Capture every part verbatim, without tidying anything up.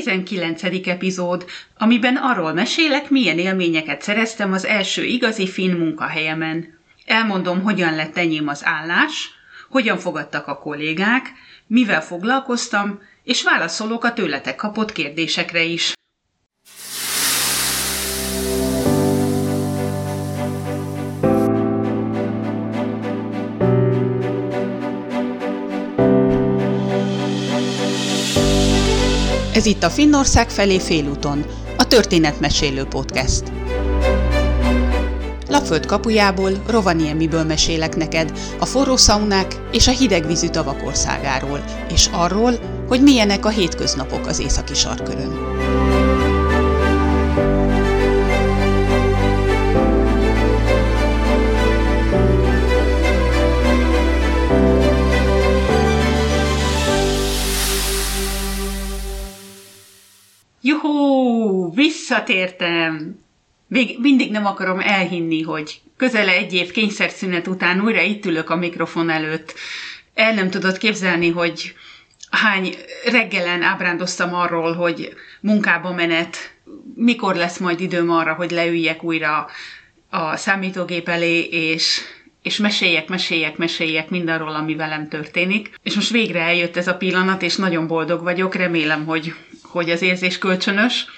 tizenkilencedik epizód, amiben arról mesélek, milyen élményeket szereztem az első igazi finn munkahelyemen. Elmondom, hogyan lett enyém az állás, hogyan fogadtak a kollégák, mivel foglalkoztam, és válaszolok a tőletek kapott kérdésekre is. Ez itt a Finnország felé félúton, a Történetmesélő Podcast. Lapföld kapujából, Rovaniemiből mesélek neked a forró szaunák és a hidegvízű tavak országáról, és arról, hogy milyenek a hétköznapok az északi sarkkörön. Juhú, visszatértem! Még mindig nem akarom elhinni, hogy közel egy év kényszerszünet után újra itt ülök a mikrofon előtt. El nem tudod képzelni, hogy hány reggelen ábrándoztam arról, hogy munkába menet, mikor lesz majd időm arra, hogy leüljek újra a számítógép elé, és, és meséljek, meséljek, meséljek mindarról, ami velem történik. És most végre eljött ez a pillanat, és nagyon boldog vagyok, remélem, hogy, hogy az érzés kölcsönös.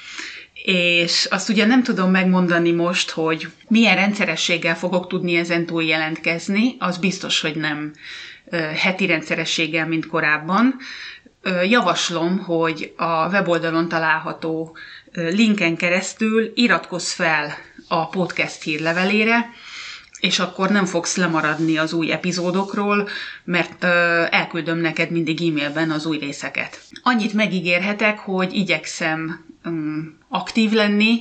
És azt ugye nem tudom megmondani most, hogy milyen rendszerességgel fogok tudni ezentúl jelentkezni, az biztos, hogy nem heti rendszerességgel, mint korábban. Javaslom, hogy a weboldalon található linken keresztül iratkozz fel a podcast hírlevelére, és akkor nem fogsz lemaradni az új epizódokról, mert elküldöm neked mindig e-mailben az új részeket. Annyit megígérhetek, hogy igyekszem aktív lenni,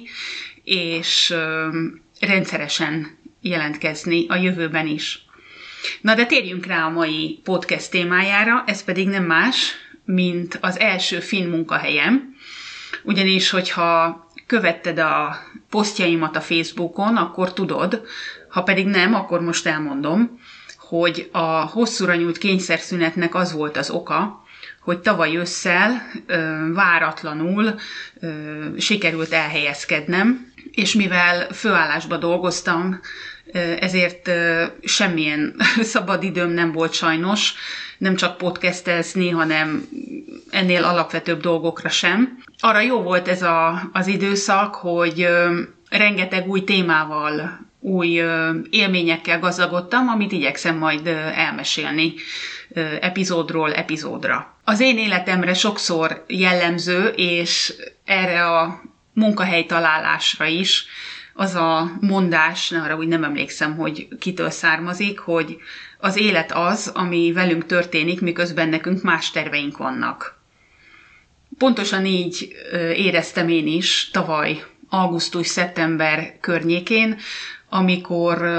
és rendszeresen jelentkezni a jövőben is. Na de térjünk rá a mai podcast témájára, ez pedig nem más, mint az első finn munkahelyem. Ugyanis, hogyha követted a posztjaimat a Facebookon, akkor tudod, ha pedig nem, akkor most elmondom, hogy a hosszúra nyújt kényszerszünetnek az volt az oka, hogy tavaly ősszel váratlanul sikerült elhelyezkednem, és mivel főállásba dolgoztam, ezért semmilyen szabadidőm nem volt sajnos, nem csak podcastezni, hanem ennél alapvetőbb dolgokra sem. Arra jó volt ez a, az időszak, hogy rengeteg új témával, új élményekkel gazdagodtam, amit igyekszem majd elmesélni epizódról epizódra. Az én életemre sokszor jellemző, és erre a munkahelytalálásra is az a mondás, arra úgy nem emlékszem, hogy kitől származik, hogy az élet az, ami velünk történik, miközben nekünk más terveink vannak. Pontosan így éreztem én is tavaly augusztus-szeptember környékén, amikor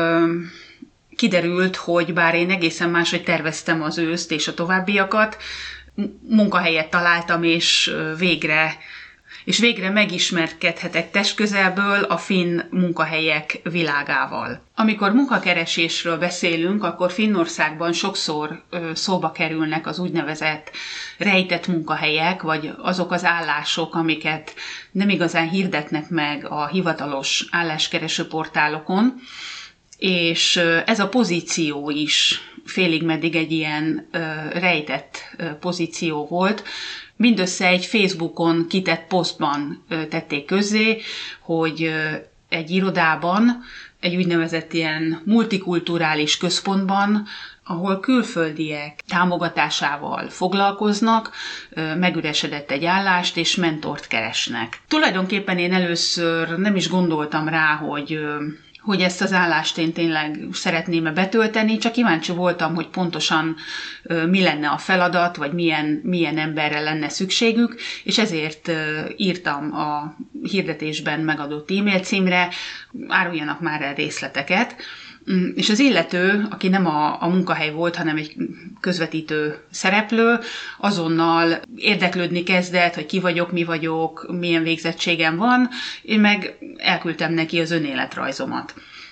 kiderült, hogy bár én egészen máshogy terveztem az őszt és a továbbiakat, munkahelyet találtam, és végre, és végre megismerkedhetek testközelből a finn munkahelyek világával. Amikor munkakeresésről beszélünk, akkor Finnországban sokszor szóba kerülnek az úgynevezett rejtett munkahelyek, vagy azok az állások, amiket nem igazán hirdetnek meg a hivatalos álláskereső portálokon, és ez a pozíció is félig meddig egy ilyen ö, rejtett ö, pozíció volt. Mindössze egy Facebookon kitett posztban ö, tették közzé, hogy ö, egy irodában, egy úgynevezett ilyen multikulturális központban, ahol külföldiek támogatásával foglalkoznak, ö, megüresedett egy állást, és mentort keresnek. Tulajdonképpen én először nem is gondoltam rá, hogy ö, hogy ezt az állást én tényleg szeretném-e betölteni, csak kíváncsi voltam, hogy pontosan mi lenne a feladat, vagy milyen, milyen emberre lenne szükségük, és ezért írtam a hirdetésben megadott e-mail címre, áruljanak már el részleteket. És az illető, aki nem a, a munkahely volt, hanem egy közvetítő szereplő, azonnal érdeklődni kezdett, hogy ki vagyok, mi vagyok, milyen végzettségem van, én meg elküldtem neki az önéletrajzomat.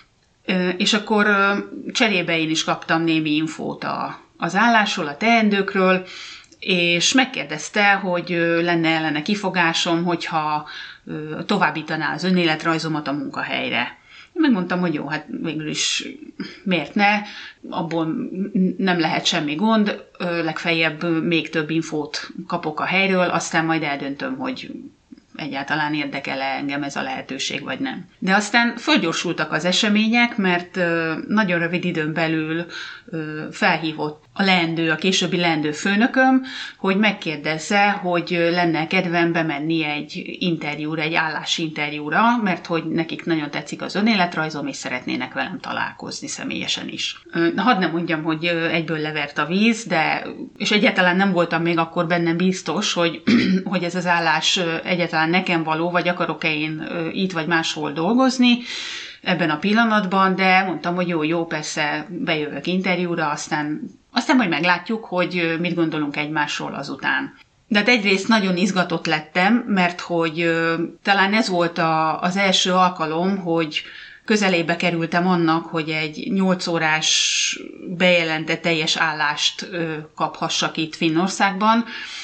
És akkor cserébe én is kaptam némi infót a, az állásról, a teendőkről, és megkérdezte, hogy lenne ellene kifogásom, hogyha továbbítaná az önéletrajzomat a munkahelyre. Megmondtam, hogy jó, hát végül is miért ne, abból nem lehet semmi gond, legfeljebb még több infót kapok a helyről, aztán majd eldöntöm, hogy egyáltalán érdekel-e engem ez a lehetőség, vagy nem. De aztán fölgyorsultak az események, mert nagyon rövid időn belül felhívott a leendő, a későbbi leendő főnököm, hogy megkérdezze, hogy lenne kedvem bemenni egy interjúra, egy állásinterjúra, mert hogy nekik nagyon tetszik az önéletrajzom, és szeretnének velem találkozni személyesen is. Hadd nem mondjam, hogy egyből levert a víz, de, és egyáltalán nem voltam még akkor bennem biztos, hogy, hogy ez az állás egyáltalán nekem való, vagy akarok-e én itt vagy máshol dolgozni ebben a pillanatban, de mondtam, hogy jó, jó, persze bejövök interjúra, aztán, aztán majd meglátjuk, hogy mit gondolunk egymásról azután. De hát egyrészt nagyon izgatott lettem, mert hogy talán ez volt a, az első alkalom, hogy közelébe kerültem annak, hogy egy nyolc órás bejelentett teljes állást kaphassak itt Finnországban,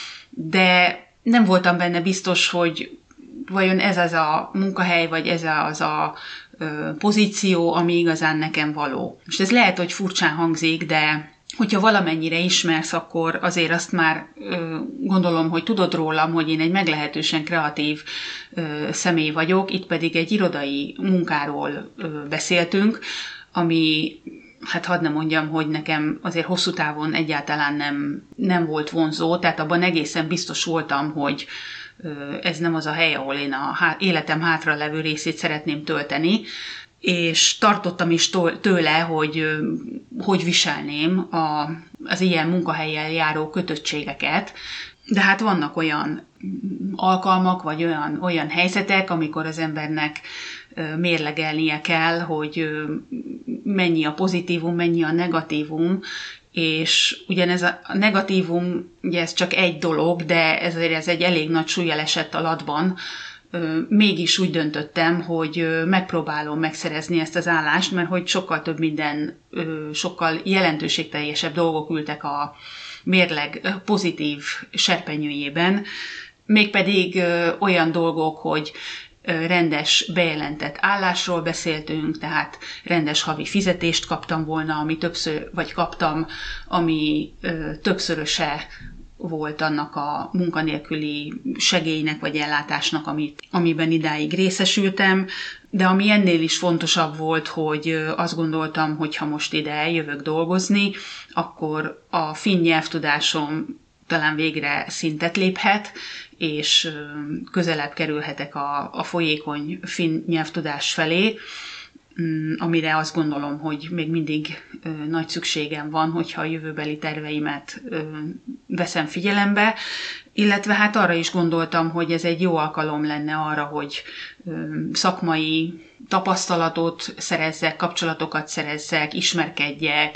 de nem voltam benne biztos, hogy vajon ez az a munkahely, vagy ez az a pozíció, ami igazán nekem való. Most ez lehet, hogy furcsán hangzik, de hogyha valamennyire ismersz, akkor azért azt már gondolom, hogy tudod rólam, hogy én egy meglehetősen kreatív személy vagyok, itt pedig egy irodai munkáról beszéltünk, ami, hát hadd ne mondjam, hogy nekem azért hosszú távon egyáltalán nem, nem volt vonzó, tehát abban egészen biztos voltam, hogy ez nem az a hely, ahol én a életem hátra levő részét szeretném tölteni, és tartottam is tőle, hogy hogy viselném a, az ilyen munkahelyen járó kötöttségeket, de hát vannak olyan alkalmak, vagy olyan, olyan helyzetek, amikor az embernek mérlegelnie kell, hogy mennyi a pozitívum, mennyi a negatívum, és ugyanez a negatívum, ugye ez csak egy dolog, de ezért ez egy elég nagy súllyal esett a latban. Mégis úgy döntöttem, hogy megpróbálom megszerezni ezt az állást, mert hogy sokkal több minden, sokkal jelentőségteljesebb dolgok ültek a mérleg pozitív serpenyőjében, mégpedig olyan dolgok, hogy rendes bejelentett állásról beszéltünk, tehát rendes havi fizetést kaptam volna, ami többször, vagy kaptam, ami ö, többszöröse volt annak a munkanélküli segélynek vagy ellátásnak, amit, amiben idáig részesültem, de ami ennél is fontosabb volt, hogy azt gondoltam, hogy ha most ide eljövök dolgozni, akkor a finn nyelvtudásom talán végre szintet léphet, és közelebb kerülhetek a, a folyékony finn nyelvtudás felé, amire azt gondolom, hogy még mindig nagy szükségem van, hogyha a jövőbeli terveimet veszem figyelembe, illetve hát arra is gondoltam, hogy ez egy jó alkalom lenne arra, hogy szakmai tapasztalatot szerezzek, kapcsolatokat szerezzek, ismerkedjek,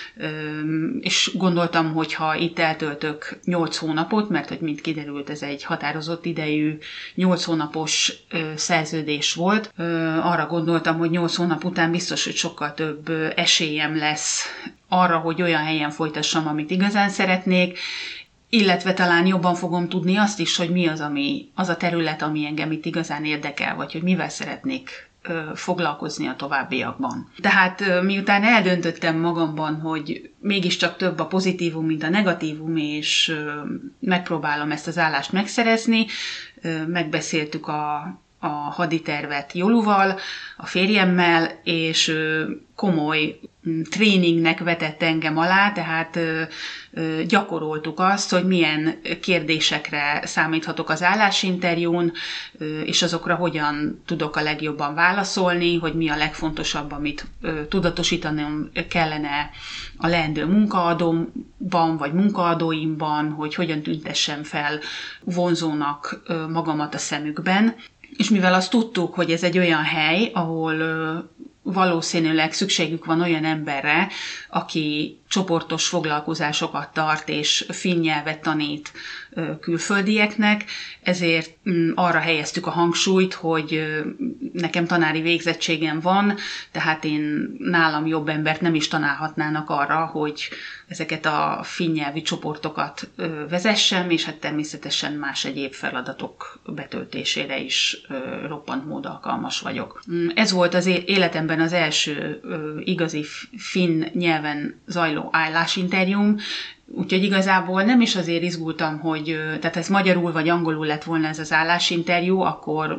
és gondoltam, hogy ha itt eltöltök nyolc hónapot, mert hogy mint kiderült, ez egy határozott idejű nyolc hónapos szerződés volt, arra gondoltam, hogy nyolc hónap után biztos, hogy sokkal több esélyem lesz arra, hogy olyan helyen folytassam, amit igazán szeretnék, illetve talán jobban fogom tudni azt is, hogy mi az, ami, az a terület, ami engem itt igazán érdekel, vagy hogy mivel szeretnék ö, foglalkozni a továbbiakban. Tehát ö, miután eldöntöttem magamban, hogy mégiscsak több a pozitívum, mint a negatívum, és ö, megpróbálom ezt az állást megszerezni, ö, megbeszéltük a, a haditervet Joluval, a férjemmel, és ö, komoly tréningnek vetett engem alá, tehát ö, ö, gyakoroltuk azt, hogy milyen kérdésekre számíthatok az állásinterjún, ö, és azokra hogyan tudok a legjobban válaszolni, hogy mi a legfontosabb, amit ö, tudatosítanom kellene a leendő munkaadómban, vagy munkaadóimban, hogy hogyan tüntessem fel vonzónak ö, magamat a szemükben. És mivel azt tudtuk, hogy ez egy olyan hely, ahol ö, valószínűleg szükségük van olyan emberre, aki csoportos foglalkozásokat tart és finn nyelvet tanít külföldieknek, ezért arra helyeztük a hangsúlyt, hogy nekem tanári végzettségem van, tehát én nálam jobb embert nem is tanálhatnának arra, hogy ezeket a finn nyelvi csoportokat vezessem, és hát természetesen más egyéb feladatok betöltésére is roppant mód alkalmas vagyok. Ez volt az életemben az első igazi finn nyelven zajló állásinterjúm, úgyhogy igazából nem is azért izgultam, hogy tehát ez magyarul vagy angolul lett volna ez az állásinterjú, akkor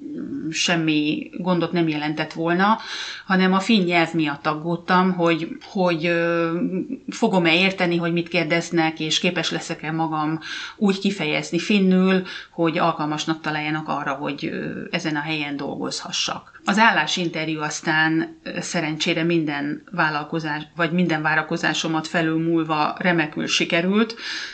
semmi gondot nem jelentett volna, hanem a finn nyelv miatt aggódtam, hogy, hogy fogom-e érteni, hogy mit kérdeznek, és képes leszek-e magam úgy kifejezni finnül, hogy alkalmasnak találjanak arra, hogy ezen a helyen dolgozhassak. Az állásinterjú aztán szerencsére minden vállalkozás, vagy minden várakozásomat felülmúlva remekül sikerült.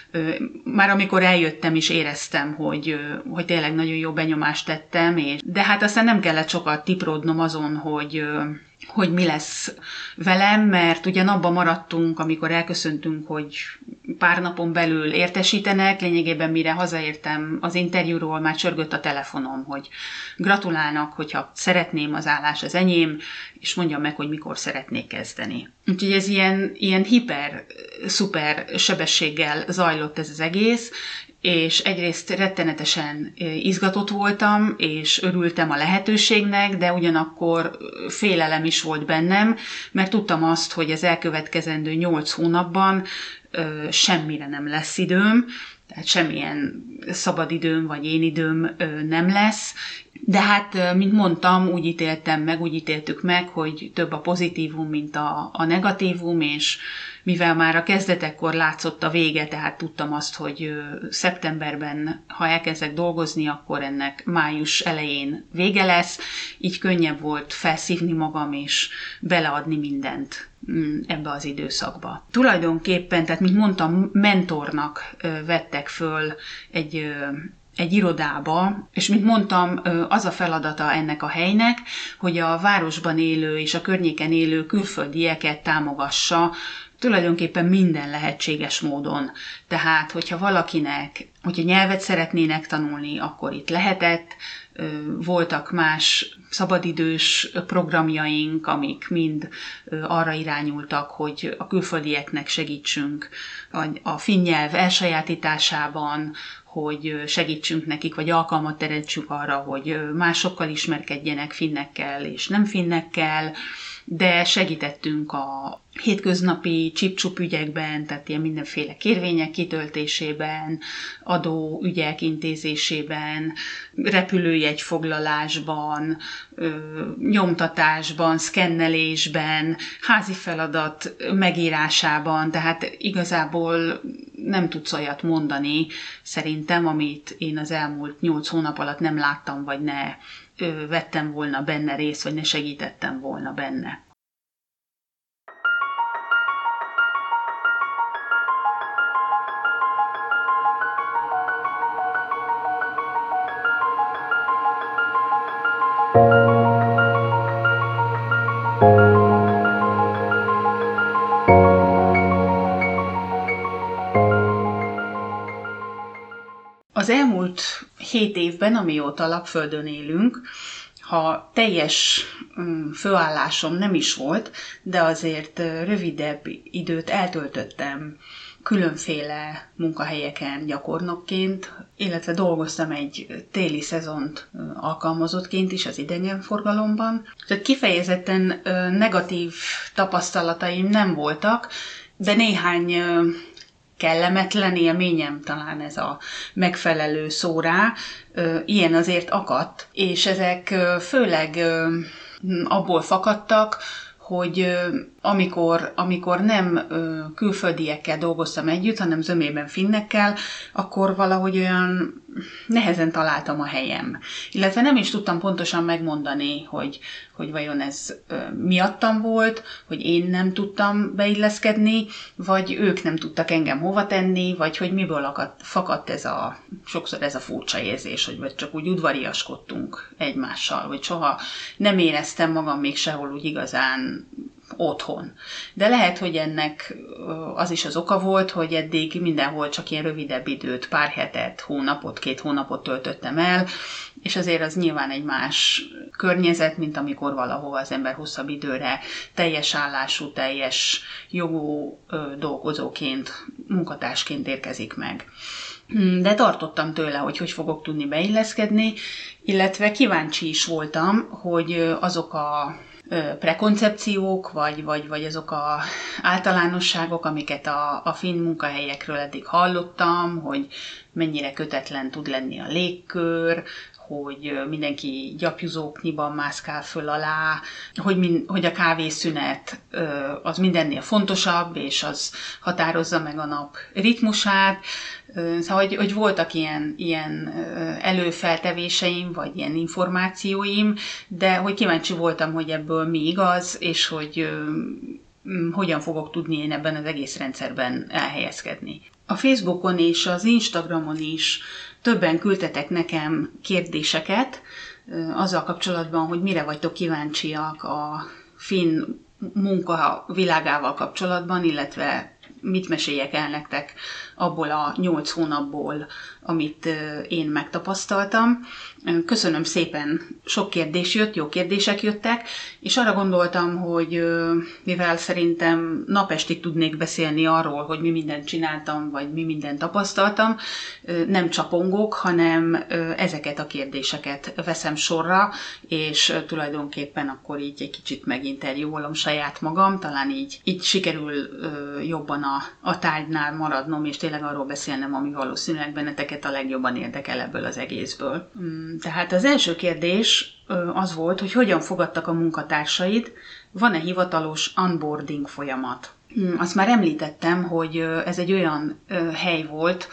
Már amikor eljöttem is éreztem, hogy, hogy tényleg nagyon jó benyomást tettem, és, de hát aztán nem kellett sokat tipródnom azon, hogy, hogy mi lesz velem, mert ugyan abban maradtunk, amikor elköszöntünk, hogy pár napon belül értesítenek, lényegében mire hazaértem az interjúról, már csörgött a telefonom, hogy gratulálnak, hogyha szeretném, az állás az enyém, és mondjam meg, hogy mikor szeretnék kezdeni. Úgyhogy ez ilyen, ilyen hiper, szuper sebességgel zajlott ez az egész, és egyrészt rettenetesen izgatott voltam, és örültem a lehetőségnek, de ugyanakkor félelem is volt bennem, mert tudtam azt, hogy az elkövetkezendő nyolc hónapban ö, semmire nem lesz időm, tehát semmilyen szabadidőm vagy én időm ö, nem lesz, de hát, mint mondtam, úgy ítéltem meg, úgy ítéltük meg, hogy több a pozitívum, mint a, a negatívum, és mivel már a kezdetekkor látszott a vége, tehát tudtam azt, hogy szeptemberben, ha elkezdek dolgozni, akkor ennek május elején vége lesz, így könnyebb volt felszívni magam és beleadni mindent ebbe az időszakba. Tulajdonképpen, tehát mint mondtam, mentornak vettek föl egy egy irodába, és mint mondtam, az a feladata ennek a helynek, hogy a városban élő és a környéken élő külföldieket támogassa tulajdonképpen minden lehetséges módon. Tehát, hogyha valakinek, hogyha nyelvet szeretnének tanulni, akkor itt lehetett, voltak más szabadidős programjaink, amik mind arra irányultak, hogy a külföldieknek segítsünk a finn nyelv elsajátításában, hogy segítsünk nekik, vagy alkalmat teremtsünk arra, hogy másokkal ismerkedjenek, finnekkel és nem finnekkel, de segítettünk a hétköznapi csip-csup ügyekben, tehát ilyen mindenféle kérvények kitöltésében, adóügyek intézésében, repülőjegyfoglalásban, nyomtatásban, szkennelésben, házi feladat megírásában, tehát igazából nem tudsz olyat mondani, szerintem, amit én az elmúlt nyolc hónap alatt nem láttam, vagy ne vettem volna benne részt, vagy ne segítettem volna benne. Az elmúlt hét évben, amióta Lapföldön élünk, ha teljes főállásom nem is volt, de azért rövidebb időt eltöltöttem különféle munkahelyeken gyakornokként, illetve dolgoztam egy téli szezont alkalmazottként is az idegenforgalomban. Tehát kifejezetten negatív tapasztalataim nem voltak, de néhány kellemetlen élményem, talán ez a megfelelő szó rá, ilyen azért akadt, és ezek főleg abból fakadtak, hogy amikor, amikor nem külföldiekkel dolgoztam együtt, hanem zömében finnekkel, akkor valahogy olyan nehezen találtam a helyem. Illetve nem is tudtam pontosan megmondani, hogy, hogy vajon ez miattam volt, hogy én nem tudtam beilleszkedni, vagy ők nem tudtak engem hova tenni, vagy hogy miből akadt, fakadt ez a, sokszor ez a furcsa érzés, hogy vagy csak úgy udvariaskodtunk egymással, vagy soha nem éreztem magam még sehol úgy igazán otthon. De lehet, hogy ennek az is az oka volt, hogy eddig mindenhol csak ilyen rövidebb időt, pár hetet, hónapot, két hónapot töltöttem el, és azért az nyilván egy más környezet, mint amikor valahova az ember hosszabb időre teljes állású, teljes jogú dolgozóként, munkatársként érkezik meg. De tartottam tőle, hogy hogy fogok tudni beilleszkedni, illetve kíváncsi is voltam, hogy azok a prekoncepciók, vagy, vagy, vagy azok a általánosságok, amiket a, a finn munkahelyekről eddig hallottam, hogy mennyire kötetlen tud lenni a légkör, hogy mindenki gyapjuzóknyiban mászkál föl alá, hogy, min, hogy a kávészünet az mindennél fontosabb, és az határozza meg a nap ritmusát. Szóval, hogy, hogy voltak ilyen, ilyen előfeltevéseim, vagy ilyen információim, de hogy kíváncsi voltam, hogy ebből mi igaz, és hogy hogyan fogok tudni én ebben az egész rendszerben elhelyezkedni. A Facebookon és az Instagramon is többen küldtetek nekem kérdéseket azzal kapcsolatban, hogy mire vagytok kíváncsiak a finn munka világával kapcsolatban, illetve mit meséljek el nektek abból a nyolc hónapból, amit én megtapasztaltam. Köszönöm szépen, sok kérdés jött, jó kérdések jöttek, és arra gondoltam, hogy mivel szerintem napestig tudnék beszélni arról, hogy mi mindent csináltam, vagy mi mindent tapasztaltam, nem csapongok, hanem ezeket a kérdéseket veszem sorra, és tulajdonképpen akkor így egy kicsit meginterjúolom saját magam, talán így, így sikerül jobban a, a tárgynál maradnom, és tényleg arról beszélnem, ami valószínűleg benneteket a legjobban érdekel ebből az egészből. Tehát az első kérdés az volt, hogy hogyan fogadtak a munkatársaid, van-e hivatalos onboarding folyamat? Azt már említettem, hogy ez egy olyan hely volt,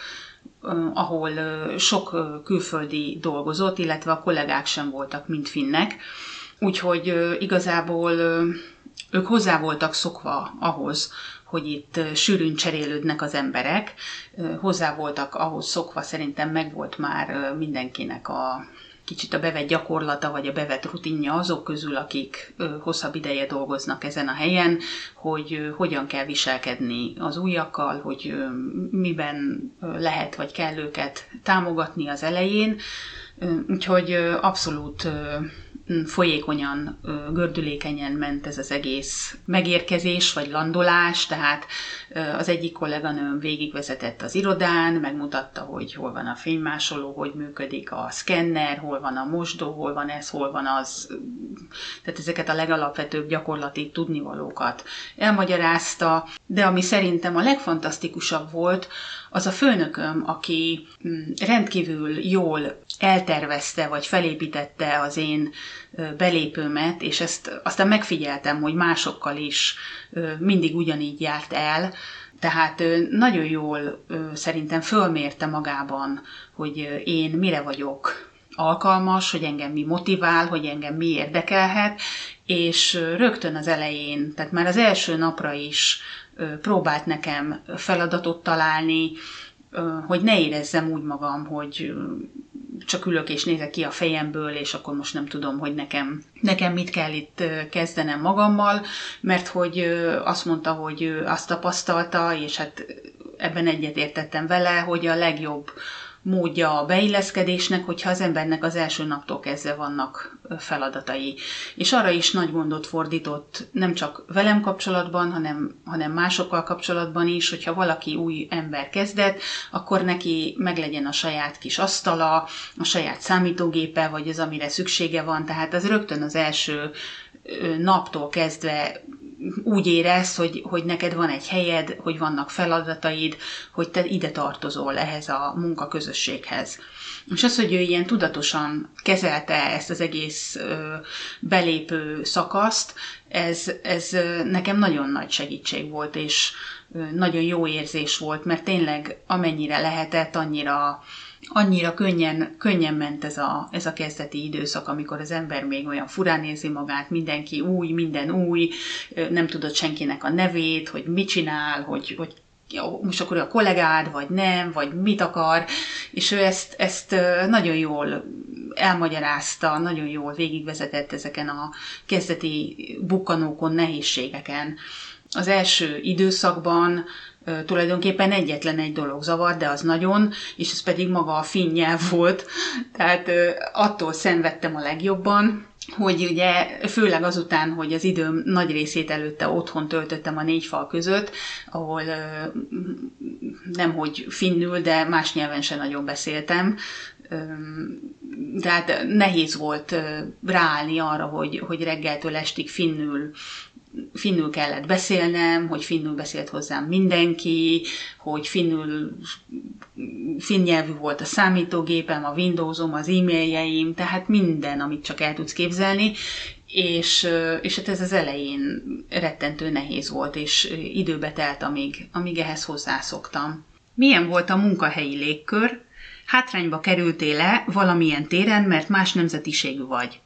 ahol sok külföldi dolgozott, illetve a kollégák sem voltak mind finnek, úgyhogy igazából ők hozzá voltak szokva ahhoz, hogy itt sűrűn cserélődnek az emberek, hozzá voltak ahhoz szokva, szerintem megvolt már mindenkinek a kicsit a bevett gyakorlata, vagy a bevett rutinja azok közül, akik hosszabb ideje dolgoznak ezen a helyen, hogy hogyan kell viselkedni az újakkal, hogy miben lehet, vagy kell őket támogatni az elején. Úgyhogy abszolút folyékonyan, gördülékenyen ment ez az egész megérkezés, vagy landolás, tehát az egyik kolléganőm végigvezetett az irodán, megmutatta, hogy hol van a fénymásoló, hogy működik a szkenner, hol van a mosdó, hol van ez, hol van az, tehát ezeket a legalapvetőbb gyakorlati tudnivalókat elmagyarázta, de ami szerintem a legfantasztikusabb volt, az a főnököm, aki rendkívül jól eltervezte, vagy felépítette az én belépőmet, és ezt aztán megfigyeltem, hogy másokkal is mindig ugyanígy járt el, tehát nagyon jól szerintem fölmérte magában, hogy én mire vagyok alkalmas, hogy engem mi motivál, hogy engem mi érdekelhet, és rögtön az elején, tehát már az első napra is próbált nekem feladatot találni, hogy ne érezzem úgy magam, hogy csak ülök és nézek ki a fejemből, és akkor most nem tudom, hogy nekem, nekem mit kell itt kezdenem magammal, mert hogy azt mondta, hogy ő azt tapasztalta, és hát ebben egyetértettem vele, hogy a legjobb módja a beilleszkedésnek, hogyha az embernek az első naptól kezdve vannak feladatai. És arra is nagy gondot fordított, nem csak velem kapcsolatban, hanem, hanem másokkal kapcsolatban is, hogyha valaki új ember kezdett, akkor neki meglegyen a saját kis asztala, a saját számítógépe, vagy az, amire szüksége van. Tehát az rögtön az első naptól kezdve úgy érez, hogy, hogy neked van egy helyed, hogy vannak feladataid, hogy te ide tartozol ehhez a munkaközösséghez. És az, hogy ő ilyen tudatosan kezelte ezt az egész ö, belépő szakaszt, ez, ez nekem nagyon nagy segítség volt, és ö, nagyon jó érzés volt, mert tényleg amennyire lehetett, annyira Annyira könnyen, könnyen ment ez a, ez a kezdeti időszak, amikor az ember még olyan furán érzi magát, mindenki új, minden új, nem tudod senkinek a nevét, hogy mit csinál, hogy, hogy most akkor a kollégád, vagy nem, vagy mit akar, és ő ezt, ezt nagyon jól elmagyarázta, nagyon jól végigvezetett ezeken a kezdeti bukkanókon, nehézségeken. Az első időszakban tulajdonképpen egyetlen egy dolog zavar, de az nagyon, és ez pedig maga a finn nyelv volt. Tehát attól szenvedtem a legjobban, hogy ugye főleg azután, hogy az időm nagy részét előtte otthon töltöttem a négy fal között, ahol nemhogy finnül, de más nyelven sem nagyon beszéltem. Tehát nehéz volt ráállni arra, hogy, hogy reggeltől estig finnül finnül kellett beszélnem, hogy finnül beszélt hozzám mindenki, hogy finnül, finn nyelvű volt a számítógépem, a Windowsom, az e-mailjeim, tehát minden, amit csak el tudsz képzelni, és, és hát ez az elején rettentő nehéz volt, és időbe telt, amíg, amíg ehhez hozzászoktam. Milyen volt a munkahelyi légkör? Hátrányba kerültél-e valamilyen téren, mert más nemzetiségű vagy?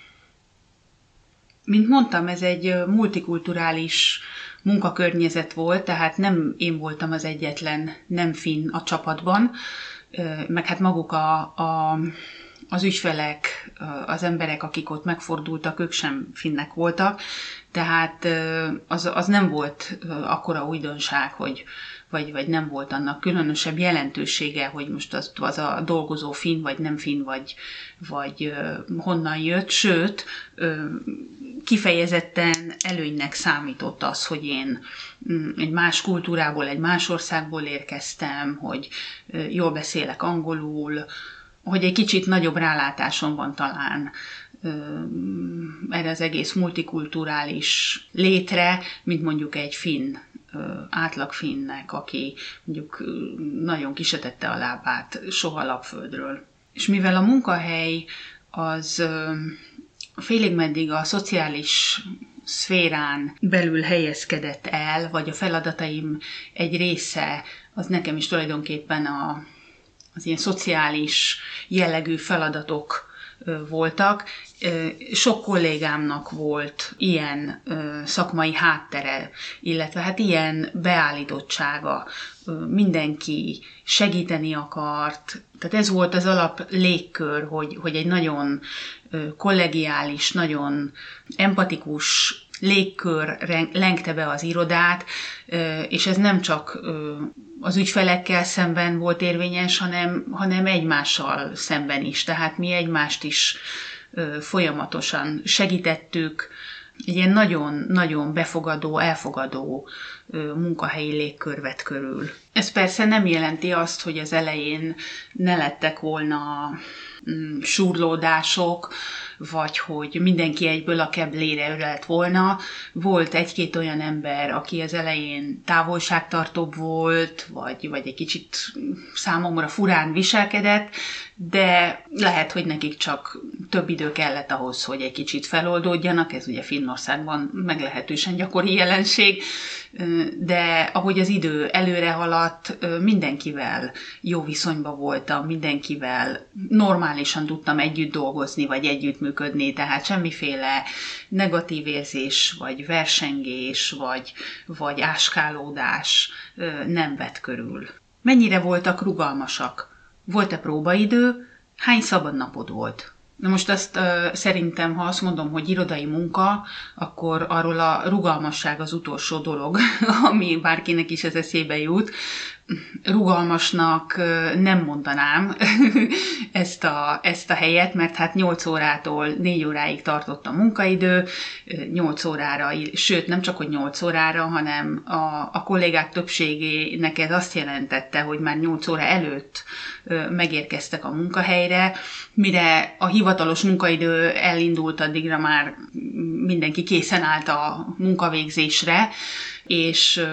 Mint mondtam, ez egy multikulturális munkakörnyezet volt, tehát nem én voltam az egyetlen nem finn a csapatban, meg hát maguk a, a, az ügyfelek, az emberek, akik ott megfordultak, ők sem finnek voltak, tehát az, az nem volt akkora újdonság, hogy Vagy, vagy nem volt annak különösebb jelentősége, hogy most az, az a dolgozó finn, vagy nem finn, vagy, vagy uh, honnan jött. Sőt, uh, kifejezetten előnynek számított az, hogy én um, egy más kultúrából, egy más országból érkeztem, hogy uh, jól beszélek angolul, hogy egy kicsit nagyobb rálátásom van talán uh, erre az egész multikulturális létre, mint mondjuk egy finn átlag finnek, aki mondjuk nagyon kisetette a lábát soha lapföldről. És mivel a munkahely az félig meddig a szociális szférán belül helyezkedett el, vagy a feladataim egy része, az nekem is tulajdonképpen a, az ilyen szociális jellegű feladatok voltak. Sok kollégámnak volt ilyen szakmai háttere, illetve hát ilyen beállítottsága. Mindenki segíteni akart. Tehát ez volt az alap légkör, hogy, hogy egy nagyon kollegiális, nagyon empatikus légkör lengte be az irodát, és ez nem csak az ügyfelekkel szemben volt érvényes, hanem, hanem egymással szemben is. Tehát mi egymást is folyamatosan segítettük, egy ilyen nagyon-nagyon befogadó, elfogadó munkahelyi légkör vett körül. Ez persze nem jelenti azt, hogy az elején ne lettek volna súrlódások, vagy hogy mindenki egyből a keblére ölelt volna. Volt egy-két olyan ember, aki az elején távolságtartóbb volt, vagy, vagy egy kicsit számomra furán viselkedett, de lehet, hogy nekik csak több idő kellett ahhoz, hogy egy kicsit feloldódjanak, ez ugye Finnországban meglehetősen gyakori jelenség, de ahogy az idő előre haladt, mindenkivel jó viszonyban voltam, mindenkivel normálisan tudtam együtt dolgozni, vagy együttműködni, tehát semmiféle negatív érzés, vagy versengés, vagy, vagy áskálódás nem vett körül. Mennyire voltak rugalmasak? Volt-e próbaidő? Hány szabad napod volt? Na most azt uh, szerintem, ha azt mondom, hogy irodai munka, akkor arról a rugalmasság az utolsó dolog, ami bárkinek is ez eszébe jut. Rugalmasnak uh, nem mondanám ezt a, ezt a helyet, mert hát nyolc órától négy óráig tartott a munkaidő, nyolc órára, sőt nem csak hogy nyolc órára, hanem a, a kollégák többségének ez azt jelentette, hogy már nyolc óra előtt uh, megérkeztek a munkahelyre, mire a hivatalos munkaidő elindult, addigra már mindenki készen állt a munkavégzésre, és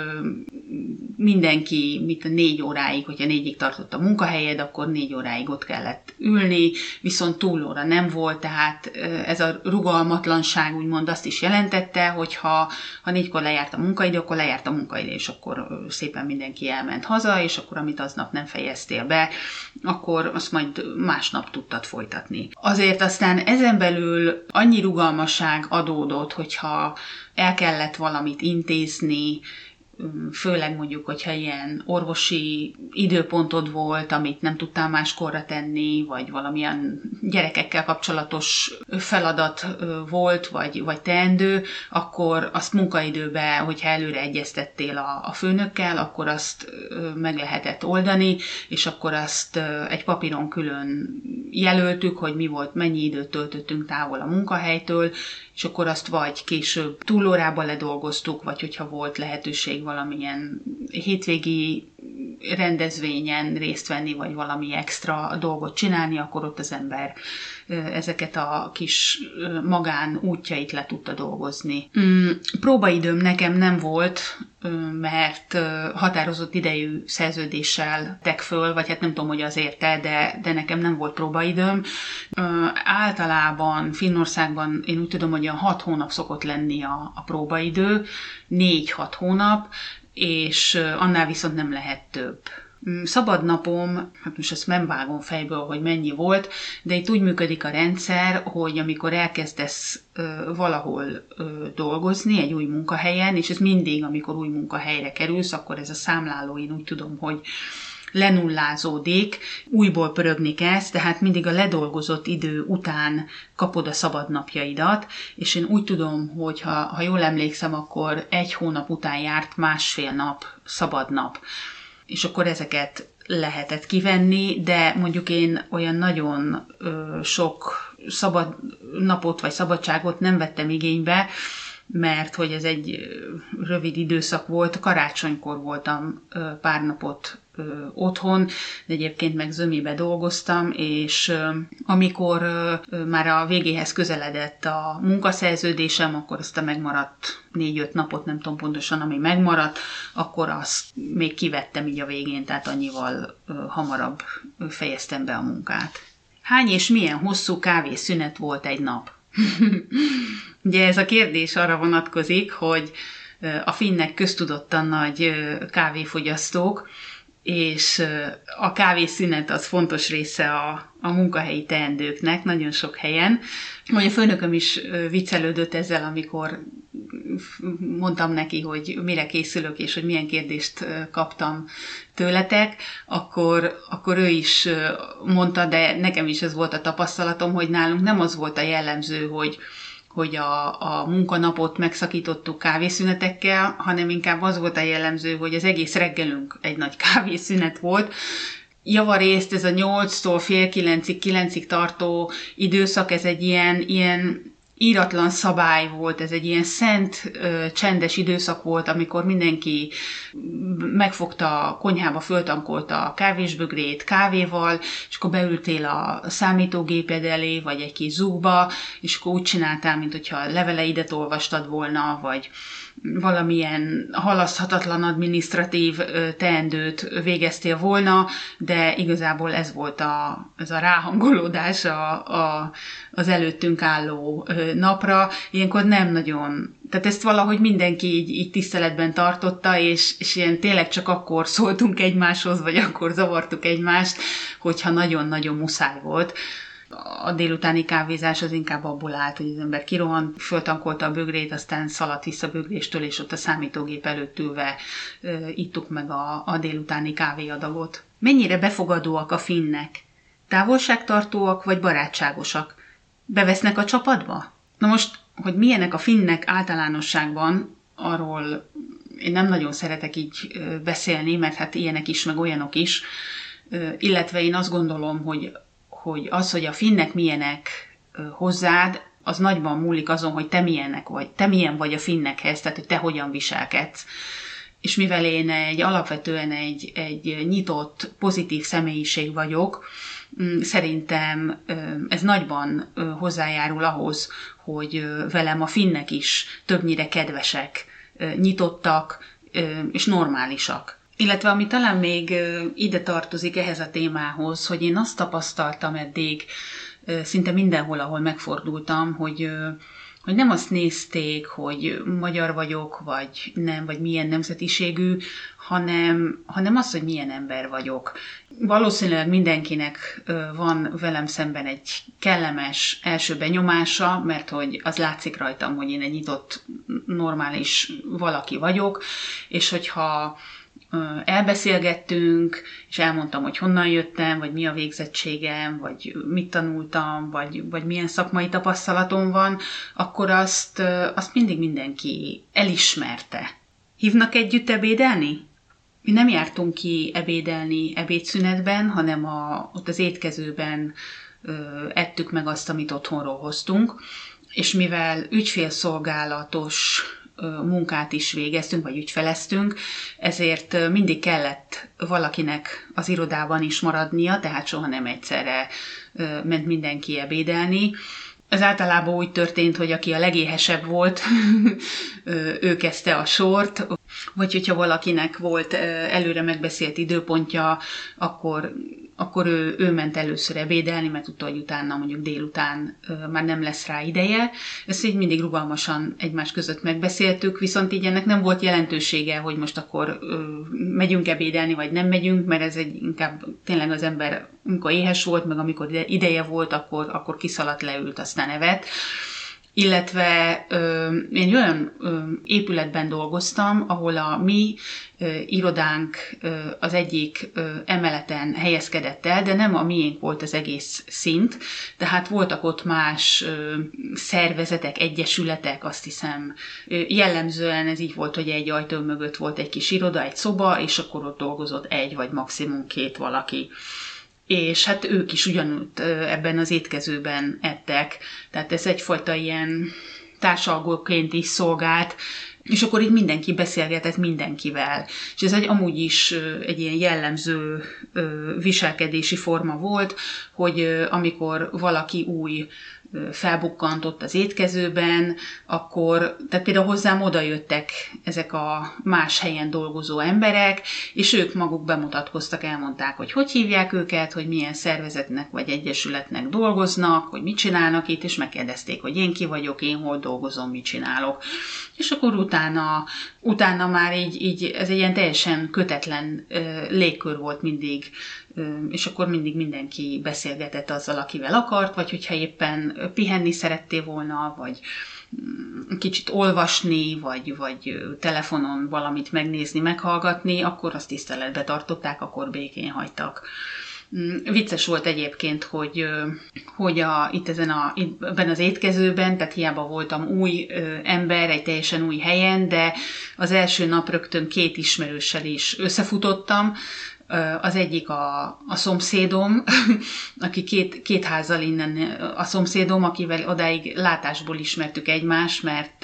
mindenki, mit a négy óráig, hogyha négyig tartott a munkahelyed, akkor négy óráig ott kellett ülni, viszont túlóra nem volt, tehát ez a rugalmatlanság úgymond azt is jelentette, hogy ha, ha négykor lejárt a munkaidő, akkor lejárt a munkaidő, és akkor szépen mindenki elment haza, és akkor amit aznap nem fejeztél be, akkor azt majd másnap tudtad folytatni. Azért aztán ezen belül annyi rugalmasság adódott, hogyha el kellett valamit intézni, főleg mondjuk, hogyha ilyen orvosi időpontod volt, amit nem tudtál máskorra tenni, vagy valamilyen gyerekekkel kapcsolatos feladat volt, vagy, vagy teendő, akkor azt munkaidőben, hogyha előre egyeztettél a, a főnökkel, akkor azt meg lehetett oldani, és akkor azt egy papíron külön jelöltük, hogy mi volt, mennyi időt töltöttünk távol a munkahelytől, és akkor azt vagy később túlórába ledolgoztuk, vagy hogyha volt lehetőség valamilyen hétvégi rendezvényen részt venni, vagy valami extra dolgot csinálni, akkor ott az ember ezeket a kis magán útjait le tudta dolgozni. Próbaidőm nekem nem volt, mert határozott idejű szerződéssel tek föl, vagy hát nem tudom, hogy azért, de, de nekem nem volt próbaidőm. Általában Finnországban én úgy tudom, hogy a hat hónap szokott lenni a, a próbaidő, négy-hat hónap, és annál viszont nem lehet több. Szabad napom, hát most ezt nem vágom fejből, hogy mennyi volt, de itt úgy működik a rendszer, hogy amikor elkezdesz ö, valahol ö, dolgozni, egy új munkahelyen, és ez mindig, amikor új munkahelyre kerülsz, akkor ez a számláló, én úgy tudom, hogy lenullázódik, újból pörögni kezd, tehát mindig a ledolgozott idő után kapod a szabadnapjaidat, és én úgy tudom, hogy ha, ha jól emlékszem, akkor egy hónap után járt másfél nap szabad nap, és akkor ezeket lehetett kivenni, de mondjuk én olyan nagyon ö, sok szabad napot vagy szabadságot nem vettem igénybe, mert hogy ez egy rövid időszak volt, karácsonykor voltam ö, pár napot ö, otthon, de egyébként meg zömibe dolgoztam, és ö, amikor ö, már a végéhez közeledett a munkaszerződésem, akkor azt a megmaradt négy-öt napot, nem tudom pontosan, ami megmaradt, akkor azt még kivettem így a végén, tehát annyival ö, hamarabb fejeztem be a munkát. Hány és milyen hosszú kávészünet volt egy nap? Ugye ez a kérdés arra vonatkozik, hogy a finnek köztudottan nagy kávéfogyasztók, és a kávészünet az fontos része a, a munkahelyi teendőknek nagyon sok helyen. Vagy a főnököm is viccelődött ezzel, amikor mondtam neki, hogy mire készülök, és hogy milyen kérdést kaptam tőletek, akkor, akkor ő is mondta, de nekem is ez volt a tapasztalatom, hogy nálunk nem az volt a jellemző, hogy hogy a, a munkanapot megszakítottuk kávészünetekkel, hanem inkább az volt a jellemző, hogy az egész reggelünk egy nagy kávészünet volt. Javarészt ez a nyolctól fél kilencig, kilencig tartó időszak, ez egy ilyen, ilyen íratlan szabály volt, ez egy ilyen szent, csendes időszak volt, amikor mindenki megfogta a konyhába, föltankolta a kávésbögrét kávéval, és akkor beültél a számítógéped elé, vagy egy kis zugba, és akkor úgy csináltál, mint hogyha a leveleidet olvastad volna, vagy valamilyen halaszthatatlan adminisztratív teendőt végeztél volna, de igazából ez volt a, ez a ráhangolódás a, a, az előttünk álló napra. Ilyenkor nem nagyon, tehát ezt valahogy mindenki így, így tiszteletben tartotta, és, és ilyen tényleg csak akkor szóltunk egymáshoz, vagy akkor zavartuk egymást, hogyha nagyon-nagyon muszáj volt. A délutáni kávézás az inkább abból állt, hogy az ember kirohant, föltankolta a bögrét, aztán szaladt vissza bögréstől, és ott a számítógép előtt ülve e, ittuk meg a, a délutáni kávéadagot. Mennyire befogadóak a finnek? Távolságtartóak vagy barátságosak? Bevesznek a csapatba? Na most, hogy milyenek a finnek általánosságban, arról én nem nagyon szeretek így beszélni, mert hát ilyenek is, meg olyanok is, illetve én azt gondolom, hogy hogy az, hogy a finnek milyenek hozzád, az nagyban múlik azon, hogy te milyenek vagy, te milyen vagy a finnekhez, tehát hogy te hogyan viselkedsz. És mivel én egy alapvetően egy, egy nyitott, pozitív személyiség vagyok, szerintem ez nagyban hozzájárul ahhoz, hogy velem a finnek is többnyire kedvesek, nyitottak és normálisak. Illetve ami talán még ide tartozik ehhez a témához, hogy én azt tapasztaltam eddig szinte mindenhol, ahol megfordultam, hogy, hogy nem azt nézték, hogy magyar vagyok, vagy nem, vagy milyen nemzetiségű, hanem, hanem az, hogy milyen ember vagyok. Valószínűleg mindenkinek van velem szemben egy kellemes első benyomása, mert hogy az látszik rajtam, hogy én egy nyitott, normális valaki vagyok, és hogyha elbeszélgettünk, és elmondtam, hogy honnan jöttem, vagy mi a végzettségem, vagy mit tanultam, vagy, vagy milyen szakmai tapasztalatom van, akkor azt, azt mindig mindenki elismerte. Hívnak együtt ebédelni? Mi nem jártunk ki ebédelni ebédszünetben, hanem a, ott az étkezőben ö, ettük meg azt, amit otthonról hoztunk, és mivel ügyfélszolgálatos munkát is végeztünk, vagy ügyfeleztünk, ezért mindig kellett valakinek az irodában is maradnia, tehát soha nem egyszerre ment mindenki ebédelni. Ez általában úgy történt, hogy aki a legéhesebb volt, ő kezdte a sort, vagy hogyha valakinek volt előre megbeszélt időpontja, akkor, akkor ő, ő ment először ebédelni, mert tudta, hogy utána mondjuk délután már nem lesz rá ideje. Ezt így mindig rugalmasan egymás között megbeszéltük, viszont így ennek nem volt jelentősége, hogy most akkor megyünk ebédelni, vagy nem megyünk, mert ez egy inkább tényleg az ember, amikor éhes volt, meg amikor ideje volt, akkor, akkor kiszaladt, leült, aztán evett. Illetve ö, én olyan ö, épületben dolgoztam, ahol a mi ö, irodánk ö, az egyik ö, emeleten helyezkedett el, de nem a miénk volt az egész szint, tehát voltak ott más ö, szervezetek, egyesületek, azt hiszem ö, jellemzően ez így volt, hogy egy ajtó mögött volt egy kis iroda, egy szoba, és akkor ott dolgozott egy vagy maximum két valaki. És hát ők is ugyanúgy ebben az étkezőben ettek, tehát ez egyfajta ilyen társalgóként is szolgált, és akkor így mindenki beszélgetett mindenkivel. És ez egy amúgy is egy ilyen jellemző viselkedési forma volt, hogy amikor valaki új felbukkantott az étkezőben, akkor, tehát például hozzám oda jöttek ezek a más helyen dolgozó emberek, és ők maguk bemutatkoztak, elmondták, hogy hogy hívják őket, hogy milyen szervezetnek vagy egyesületnek dolgoznak, hogy mit csinálnak itt, és megkérdezték, hogy én ki vagyok, én hol dolgozom, mit csinálok. És akkor utána, utána már így, így ez egy ilyen teljesen kötetlen légkör volt mindig, és akkor mindig mindenki beszélgetett azzal, akivel akart, vagy hogyha éppen pihenni szerettél volna, vagy kicsit olvasni, vagy, vagy telefonon valamit megnézni, meghallgatni, akkor azt tiszteletbe tartották, akkor békén hagytak. Vicces volt egyébként, hogy, hogy a, itt ezen a, itt, ebben az étkezőben, tehát hiába voltam új ö, ember, egy teljesen új helyen, de az első nap rögtön két ismerőssel is összefutottam. Az egyik a, a szomszédom, aki két, két házzal innen a szomszédom, akivel odáig látásból ismertük egymást, mert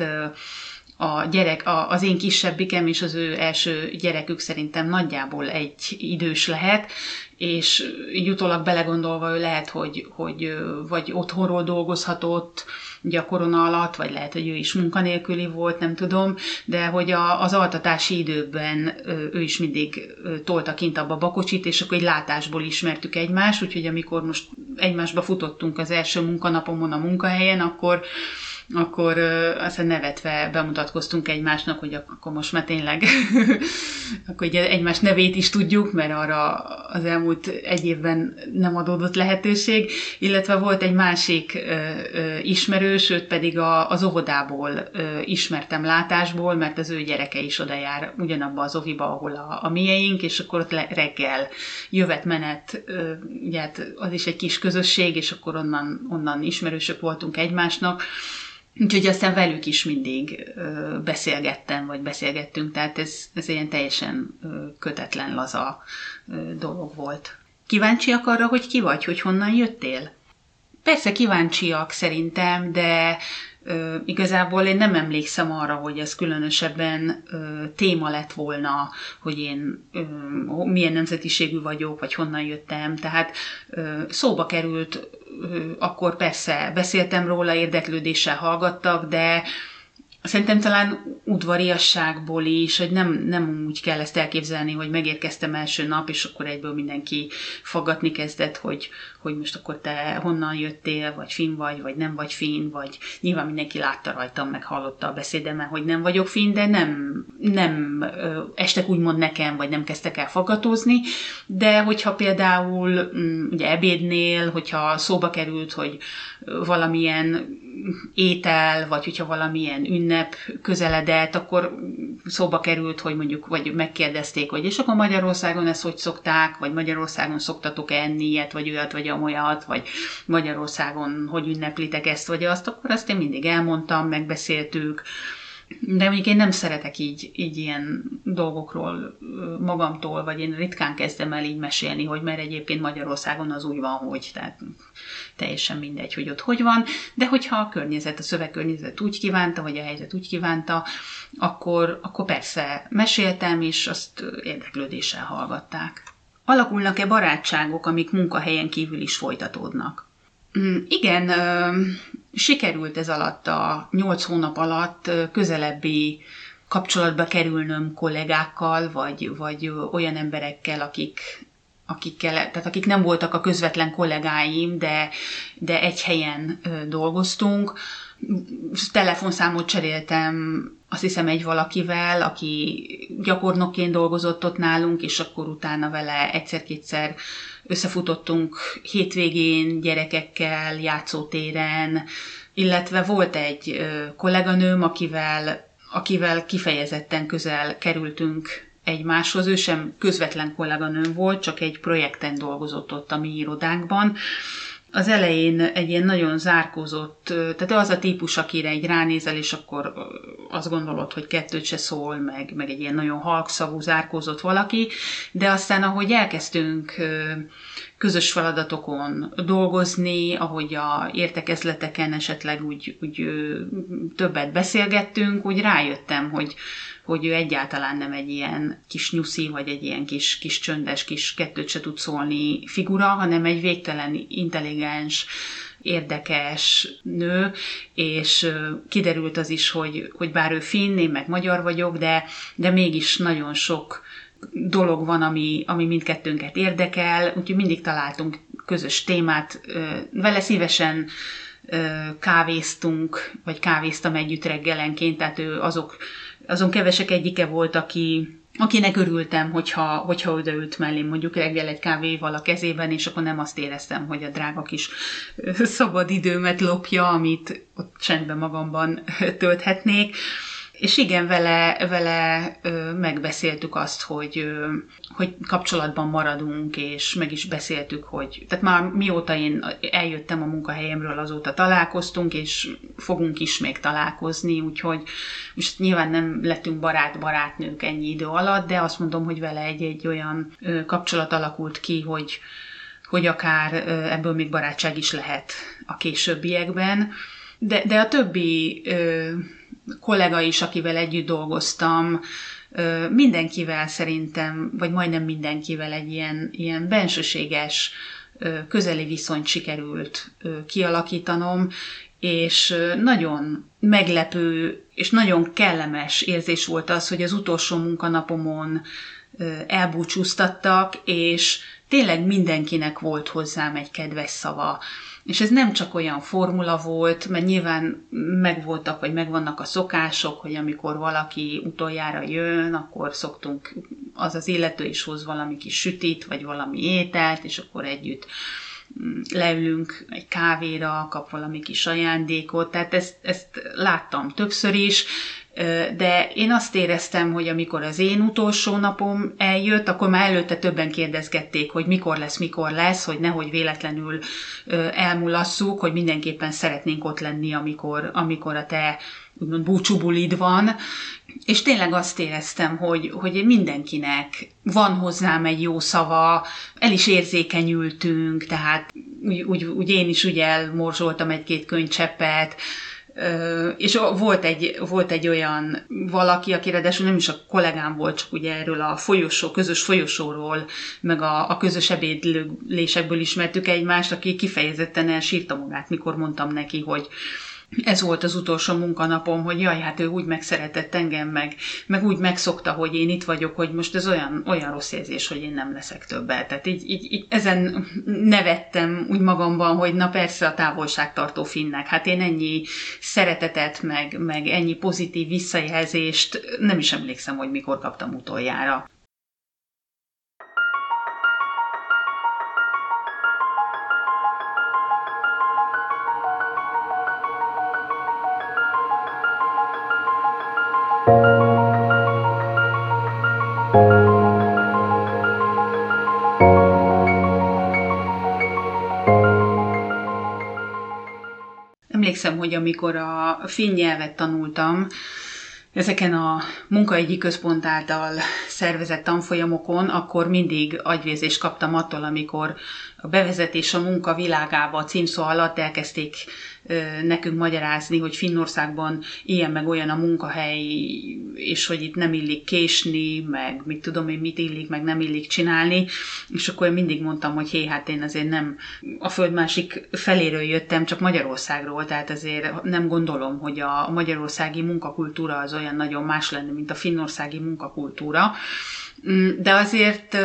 a gyerek, a, az én kisebbikem és az ő első gyerekük szerintem nagyjából egy idős lehet, és így utólag belegondolva ő lehet, hogy, hogy vagy otthonról dolgozhatott, ugye a korona alatt, vagy lehet, hogy ő is munkanélküli volt, nem tudom, de hogy a, az altatási időben ő is mindig tolta kint a babakocsit, és akkor egy látásból ismertük egymást, úgyhogy amikor most egymásba futottunk az első munkanapomon a munkahelyen, akkor akkor uh, aztán nevetve bemutatkoztunk egymásnak, hogy akkor most már tényleg akkor ugye egymás nevét is tudjuk, mert arra az elmúlt egy évben nem adódott lehetőség, illetve volt egy másik uh, uh, ismerős, őt pedig a, az óvodából uh, ismertem látásból, mert az ő gyereke is oda jár ugyanabba az oviba, ahol a, a mieink, és akkor ott le, reggel jövet-menet, uh, ugye hát az is egy kis közösség, és akkor onnan, onnan ismerősök voltunk egymásnak. Úgyhogy aztán velük is mindig ö, beszélgettem, vagy beszélgettünk, tehát ez, ez ilyen teljesen ö, kötetlen, laza ö, dolog volt. Kíváncsiak arra, hogy ki vagy, hogy honnan jöttél? Persze kíváncsiak szerintem, de ö, igazából én nem emlékszem arra, hogy ez különösebben ö, téma lett volna, hogy én ö, milyen nemzetiségű vagyok, vagy honnan jöttem, tehát ö, szóba került, akkor persze beszéltem róla, érdeklődéssel hallgattak, de Szerintem talán udvariasságból is, hogy nem, nem úgy kell ezt elképzelni, hogy megérkeztem első nap, és akkor egyből mindenki faggatni kezdett, hogy, hogy most akkor te honnan jöttél, vagy finn vagy, vagy nem vagy finn, vagy nyilván mindenki látta rajtam, meg hallotta a beszédemen, hogy nem vagyok finn, de nem, nem estek úgymond nekem, vagy nem kezdtek el faggatózni, de hogyha például ugye ebédnél, hogyha szóba került, hogy valamilyen étel, vagy hogyha valamilyen ünnep közeledett, akkor szóba került, hogy mondjuk, vagy megkérdezték, hogy és akkor Magyarországon ezt hogy szokták, vagy Magyarországon szoktatok enni ilyet, vagy olyat, vagy amolyat, vagy Magyarországon hogy ünneplitek ezt, vagy azt, akkor azt én mindig elmondtam, megbeszéltük. De mondjuk én nem szeretek így, így ilyen dolgokról magamtól, vagy én ritkán kezdem el így mesélni, hogy mert egyébként Magyarországon az úgy van, hogy, tehát teljesen mindegy, hogy ott hogy van, de hogyha a környezet, a szövegkörnyezet úgy kívánta, vagy a helyzet úgy kívánta, akkor, akkor persze meséltem, és azt érdeklődéssel hallgatták. Alakulnak-e barátságok, amik munkahelyen kívül is folytatódnak? Igen, sikerült ez alatt a nyolc hónap alatt közelebbi kapcsolatba kerülnöm kollégákkal, vagy, vagy olyan emberekkel, akik, akikkel, tehát akik nem voltak a közvetlen kollégáim, de, de egy helyen dolgoztunk. Telefonszámot cseréltem, azt hiszem egy valakivel, aki gyakornokként dolgozott ott nálunk, és akkor utána vele egyszer-kétszer összefutottunk hétvégén, gyerekekkel, játszótéren, illetve volt egy kolléganőm, akivel, akivel kifejezetten közel kerültünk egymáshoz. Ő sem közvetlen kolléganőm volt, csak egy projekten dolgozott ott a mi irodánkban. Az elején egy ilyen nagyon zárkózott, tehát az a típus, akire egy ránézel, és akkor azt gondolod, hogy kettőt se szól, meg, meg egy ilyen nagyon halkszavú, zárkózott valaki, de aztán ahogy elkezdtünk közös feladatokon dolgozni, ahogy a értekezleteken esetleg úgy, úgy többet beszélgettünk, úgy rájöttem, hogy, hogy ő egyáltalán nem egy ilyen kis nyuszi, vagy egy ilyen kis, kis csöndes, kis kettőt se tud szólni figura, hanem egy végtelen intelligens, érdekes nő, és kiderült az is, hogy, hogy bár ő finn, én meg magyar vagyok, de, de mégis nagyon sok dolog van, ami, ami mindkettőnket érdekel, úgyhogy mindig találtunk közös témát. Vele szívesen kávéztunk, vagy kávéztam együtt reggelenként, tehát ő azok, azon kevesek egyike volt, aki, akinek örültem, hogyha, hogyha odaült mellém mondjuk reggel egy kávéval a kezében, és akkor nem azt éreztem, hogy a drága kis szabad időmet lopja, amit ott csendben magamban tölthetnék. És igen, vele, vele ö, megbeszéltük azt, hogy, ö, hogy kapcsolatban maradunk, és meg is beszéltük, hogy tehát már mióta én eljöttem a munkahelyemről, azóta találkoztunk, és fogunk is még találkozni, úgyhogy most nyilván nem lettünk barát-barátnők ennyi idő alatt, de azt mondom, hogy vele egy-egy olyan ö, kapcsolat alakult ki, hogy, hogy akár ö, ebből még barátság is lehet a későbbiekben. De, de a többi ö, kollega is, akivel együtt dolgoztam, ö, mindenkivel szerintem, vagy majdnem mindenkivel egy ilyen, ilyen bensőséges, ö, közeli viszonyt sikerült ö, kialakítanom, és ö, nagyon meglepő és nagyon kellemes érzés volt az, hogy az utolsó munkanapomon ö, elbúcsúztattak, és tényleg mindenkinek volt hozzám egy kedves szava. És ez nem csak olyan formula volt, mert nyilván megvoltak, vagy megvannak a szokások, hogy amikor valaki utoljára jön, akkor szoktunk, az az illető is hoz valami kis sütit, vagy valami ételt, és akkor együtt leülünk egy kávéra, kap valami kis ajándékot, tehát ezt, ezt láttam többször is, de én azt éreztem, hogy amikor az én utolsó napom eljött, akkor már előtte többen kérdezgették, hogy mikor lesz, mikor lesz, hogy nehogy véletlenül elmulasszuk, hogy mindenképpen szeretnénk ott lenni, amikor, amikor a te úgymond búcsúbulid van. És tényleg azt éreztem, hogy, hogy mindenkinek van hozzám egy jó szava, el is érzékenyültünk, tehát úgy, úgy, úgy én is úgy elmorzsoltam egy-két könycseppet, és volt egy, volt egy olyan valaki, aki ráadásul nem is a kollégám volt, csak ugye erről a folyosó, közös folyosóról, meg a, a közös ebédlésekből ismertük egymást, aki kifejezetten elsírta magát, mikor mondtam neki, hogy ez volt az utolsó munkanapom, hogy jaj, hát ő úgy megszeretett engem, meg, meg úgy megszokta, hogy én itt vagyok, hogy most ez olyan, olyan rossz érzés, hogy én nem leszek többet. Tehát így, így, így ezen nevettem úgy magamban, hogy na persze a távolságtartó finnek. Hát én ennyi szeretetet, meg, meg ennyi pozitív visszajelzést nem is emlékszem, hogy mikor kaptam utoljára. Emlékszem, hogy amikor a finn nyelvet tanultam, ezeken a munkaügyi központ által szervezett tanfolyamokon, akkor mindig agyvérzést kaptam attól, amikor a bevezetés a munka világába címszó alatt elkezdték nekünk magyarázni, hogy Finnországban ilyen meg olyan a munkahely, és hogy itt nem illik késni, meg mit tudom én, mit illik, meg nem illik csinálni, és akkor én mindig mondtam, hogy hé, hát én azért nem a föld másik feléről jöttem, csak Magyarországról, tehát azért nem gondolom, hogy a magyarországi munkakultúra az olyan nagyon más lenne, mint a finnországi munkakultúra, de azért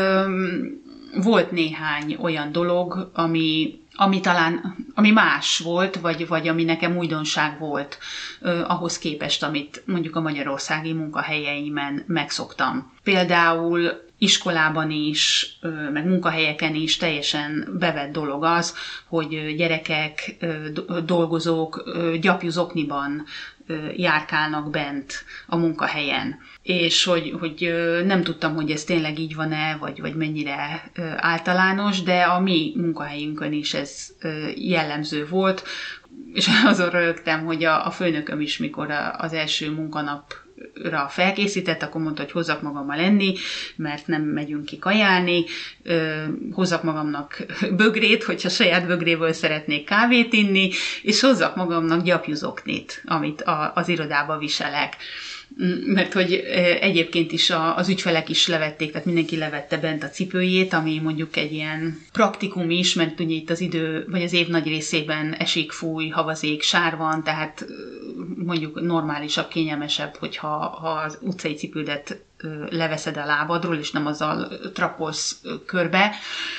volt néhány olyan dolog, ami ami talán, ami más volt, vagy, vagy ami nekem újdonság volt eh, ahhoz képest, amit mondjuk a magyarországi munkahelyeimen megszoktam. Például iskolában is, eh, meg munkahelyeken is teljesen bevett dolog az, hogy gyerekek, eh, dolgozók eh, gyapjú zokniban járkálnak bent a munkahelyen. És hogy, hogy nem tudtam, hogy ez tényleg így van-e, vagy, vagy mennyire általános, de a mi munkahelyünkön is ez jellemző volt, és azon rögtem, hogy a, a főnököm is, mikor az első munkanapra felkészített, akkor mondta, hogy hozzak magammal enni, mert nem megyünk ki kajálni, hozzak magamnak bögrét, hogyha saját bögréből szeretnék kávét inni, és hozzak magamnak gyapjuzoknit, amit a, az irodába viselek. Mert hogy egyébként is az ügyfelek is levették, tehát mindenki levette bent a cipőjét, ami mondjuk egy ilyen praktikum is, mert ugye itt az idő, vagy az év nagy részében esik, fúj, havazék, sár van, tehát mondjuk normálisabb, kényelmesebb, hogyha ha az utcai cipődet leveszed a lábadról, és nem azzal trappolsz körbe.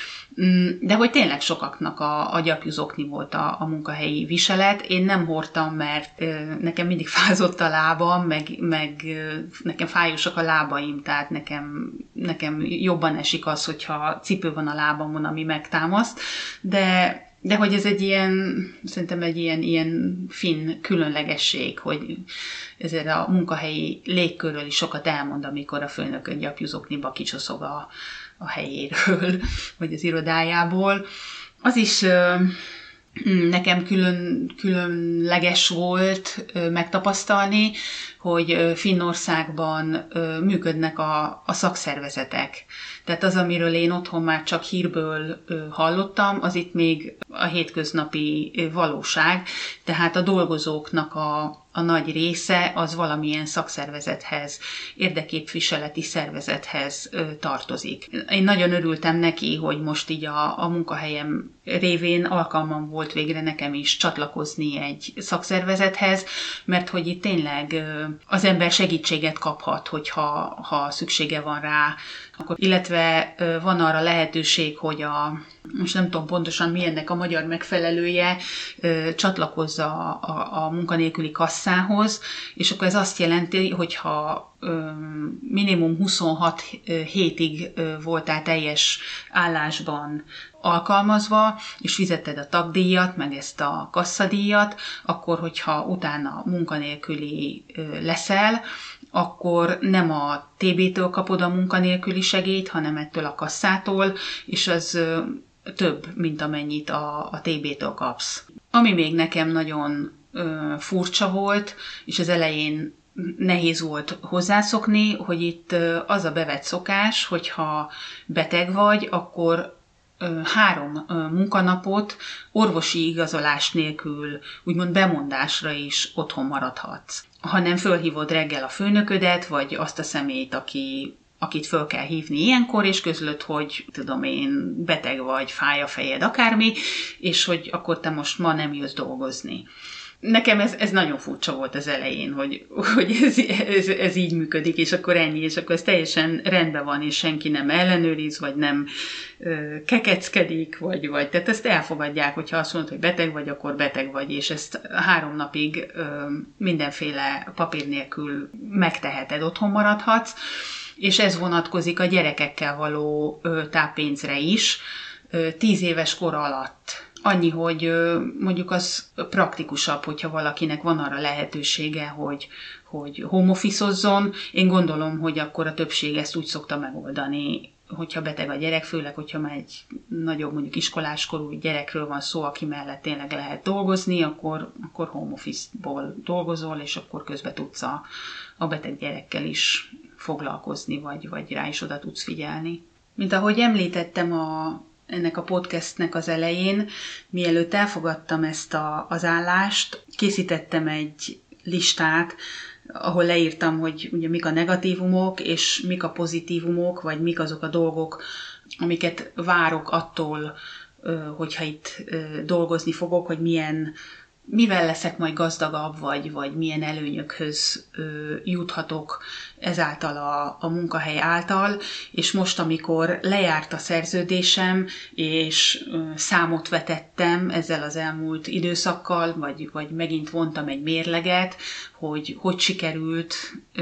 De hogy tényleg sokaknak a, a gyapjuzokni volt a, a munkahelyi viselet. Én nem hordtam, mert nekem mindig fázott a lábam, meg, meg nekem fájósak a lábaim, tehát nekem, nekem jobban esik az, hogyha cipő van a lábamon, ami megtámaszt, de De hogy ez egy ilyen, szerintem egy ilyen, ilyen finn különlegesség, hogy ezért a munkahelyi légkörről is sokat elmond, amikor a főnökön gyapjuzokniba kicsoszog a, a helyéről, vagy az irodájából. Az is nekem külön, különleges volt megtapasztalni, hogy Finnországban működnek a, a szakszervezetek. Tehát az, amiről én otthon már csak hírből hallottam, az itt még a hétköznapi valóság. Tehát a dolgozóknak a, a nagy része az valamilyen szakszervezethez, érdekképviseleti szervezethez tartozik. Én nagyon örültem neki, hogy most így a, a munkahelyem révén alkalmam volt végre nekem is csatlakozni egy szakszervezethez, mert hogy itt tényleg az ember segítséget kaphat, hogyha ha szüksége van rá, akkor, illetve van arra lehetőség, hogy a, most nem tudom pontosan mi ennek a magyar megfelelője, csatlakozza a, a, a munkanélküli kasszához, és akkor ez azt jelenti, hogyha minimum huszonhat hétig voltál teljes állásban alkalmazva, és fizetted a tagdíjat, meg ezt a kasszadíjat, akkor, hogyha utána munkanélküli leszel, akkor nem a té bé-től kapod a munkanélküli segélyt, hanem ettől a kasszától, és az több, mint amennyit a, a té bé-től kapsz. Ami még nekem nagyon ö, furcsa volt, és az elején nehéz volt hozzászokni, hogy itt az a bevett szokás, hogyha beteg vagy, akkor három munkanapot orvosi igazolás nélkül, úgymond bemondásra is otthon maradhatsz. Ha nem fölhívod reggel a főnöködet, vagy azt a személyt, aki, akit föl kell hívni ilyenkor, és közlöd, hogy tudom én, beteg vagy, fáj a fejed, akármi, és hogy akkor te most ma nem jössz dolgozni. Nekem ez, ez nagyon furcsa volt az elején, hogy, hogy ez, ez, ez így működik, és akkor ennyi, és akkor ez teljesen rendben van, és senki nem ellenőriz, vagy nem ö, kekeckedik, vagy, vagy, tehát ezt elfogadják, hogyha azt mondod, hogy beteg vagy, akkor beteg vagy, és ezt három napig ö, mindenféle papír nélkül megteheted, otthon maradhatsz, és ez vonatkozik a gyerekekkel való ö, táppénzre is, ö, tíz éves kor alatt. Annyi, hogy mondjuk az praktikusabb, hogyha valakinek van arra lehetősége, hogy, hogy home office-ozzon. Én gondolom, hogy akkor a többség ezt úgy szokta megoldani, hogyha beteg a gyerek, főleg, hogyha már egy nagyobb, mondjuk iskoláskorú gyerekről van szó, aki mellett tényleg lehet dolgozni, akkor, akkor home office-ból dolgozol, és akkor közben tudsz a, a beteg gyerekkel is foglalkozni, vagy, vagy rá is oda tudsz figyelni. Mint ahogy említettem a ennek a podcastnek az elején, mielőtt elfogadtam ezt a, az állást, készítettem egy listát, ahol leírtam, hogy ugye mik a negatívumok, és mik a pozitívumok, vagy mik azok a dolgok, amiket várok attól, hogyha itt dolgozni fogok, hogy milyen, mivel leszek majd gazdagabb, vagy, vagy milyen előnyökhöz juthatok ezáltal a, a munkahely által, és most, amikor lejárt a szerződésem, és számot vetettem ezzel az elmúlt időszakkal, vagy, vagy megint vontam egy mérleget, hogy hogy sikerült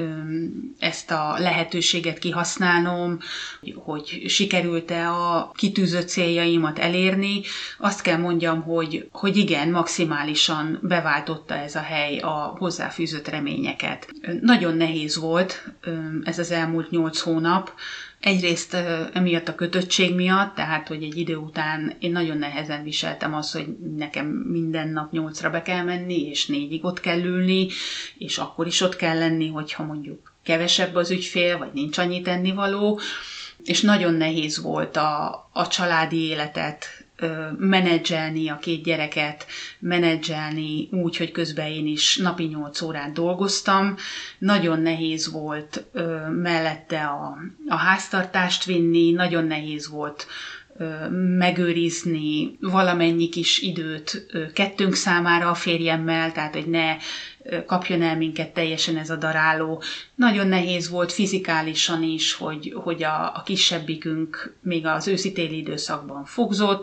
ezt a lehetőséget kihasználnom, hogy sikerült-e a kitűzött céljaimat elérni, azt kell mondjam, hogy, hogy igen, maximálisan beváltotta ez a hely a hozzáfűzött reményeket. Nagyon nehéz volt ez az elmúlt nyolc hónap, egyrészt emiatt a kötöttség miatt, tehát, hogy egy idő után én nagyon nehezen viseltem azt, hogy nekem minden nap nyolcra be kell menni, és négyig ott kell ülni, és akkor is ott kell lenni, hogyha mondjuk kevesebb az ügyfél, vagy nincs annyi tennivaló, és nagyon nehéz volt a, a családi életet menedzselni, a két gyereket menedzselni úgy, hogy közben én is napi nyolc órát dolgoztam. Nagyon nehéz volt ö, mellette a, a háztartást vinni, nagyon nehéz volt ö, megőrizni valamennyi kis időt ö, kettőnk számára a férjemmel, tehát hogy ne ö, kapjon el minket teljesen ez a daráló. Nagyon nehéz volt fizikálisan is, hogy, hogy a, a kisebbikünk még az őszi-téli időszakban fogzott,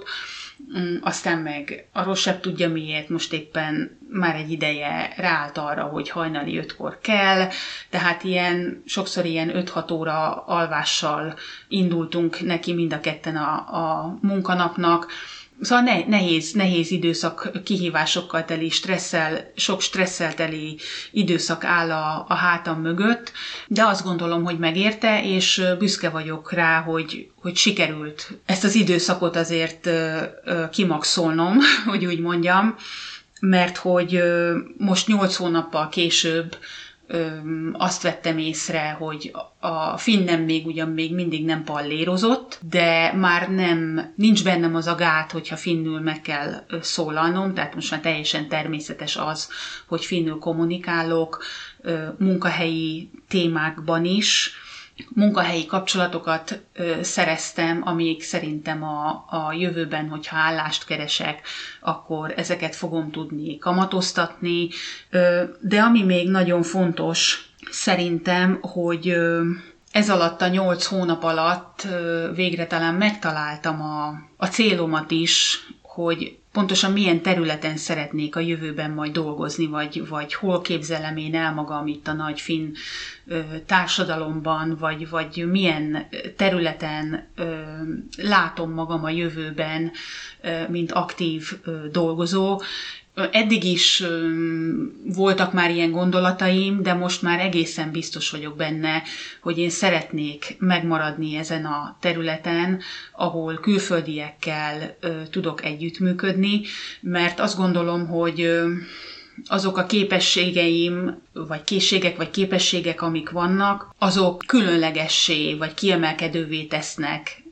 aztán meg a rosszabb tudja miért, most éppen már egy ideje ráállt arra, hogy hajnali ötkor kell, tehát ilyen, sokszor ilyen öt-hat óra alvással indultunk neki mind a ketten a, a munkanapnak. Szóval ne, nehéz, nehéz időszak, kihívásokkal teli, stresszel, sok stresszel teli időszak áll a, a hátam mögött, de azt gondolom, hogy megérte, és büszke vagyok rá, hogy, hogy sikerült ezt az időszakot azért ö, ö, kimaxolnom, hogy úgy mondjam, mert hogy ö, most nyolc hónappal később Ö, azt vettem észre, hogy a finnem még ugyan még mindig nem pallérozott, de már nem, nincs bennem az a gát, hogyha finnül meg kell szólalnom, tehát most már teljesen természetes az, hogy finnül kommunikálok, ö, munkahelyi témákban is, munkahelyi kapcsolatokat ö, szereztem, amik szerintem a, a jövőben, hogyha állást keresek, akkor ezeket fogom tudni kamatoztatni. Ö, de ami még nagyon fontos szerintem, hogy ö, ez alatt a nyolc hónap alatt ö, végre talán megtaláltam a, a célomat is, hogy pontosan milyen területen szeretnék a jövőben majd dolgozni, vagy, vagy hol képzelem én el magam itt a nagy finn ö, társadalomban, vagy, vagy milyen területen ö, látom magam a jövőben, ö, mint aktív ö, dolgozó. Eddig is ö, voltak már ilyen gondolataim, de most már egészen biztos vagyok benne, hogy én szeretnék megmaradni ezen a területen, ahol külföldiekkel ö, tudok együttműködni, mert azt gondolom, hogy ö, azok a képességeim, vagy készségek, vagy képességek, amik vannak, azok különlegessé, vagy kiemelkedővé tesznek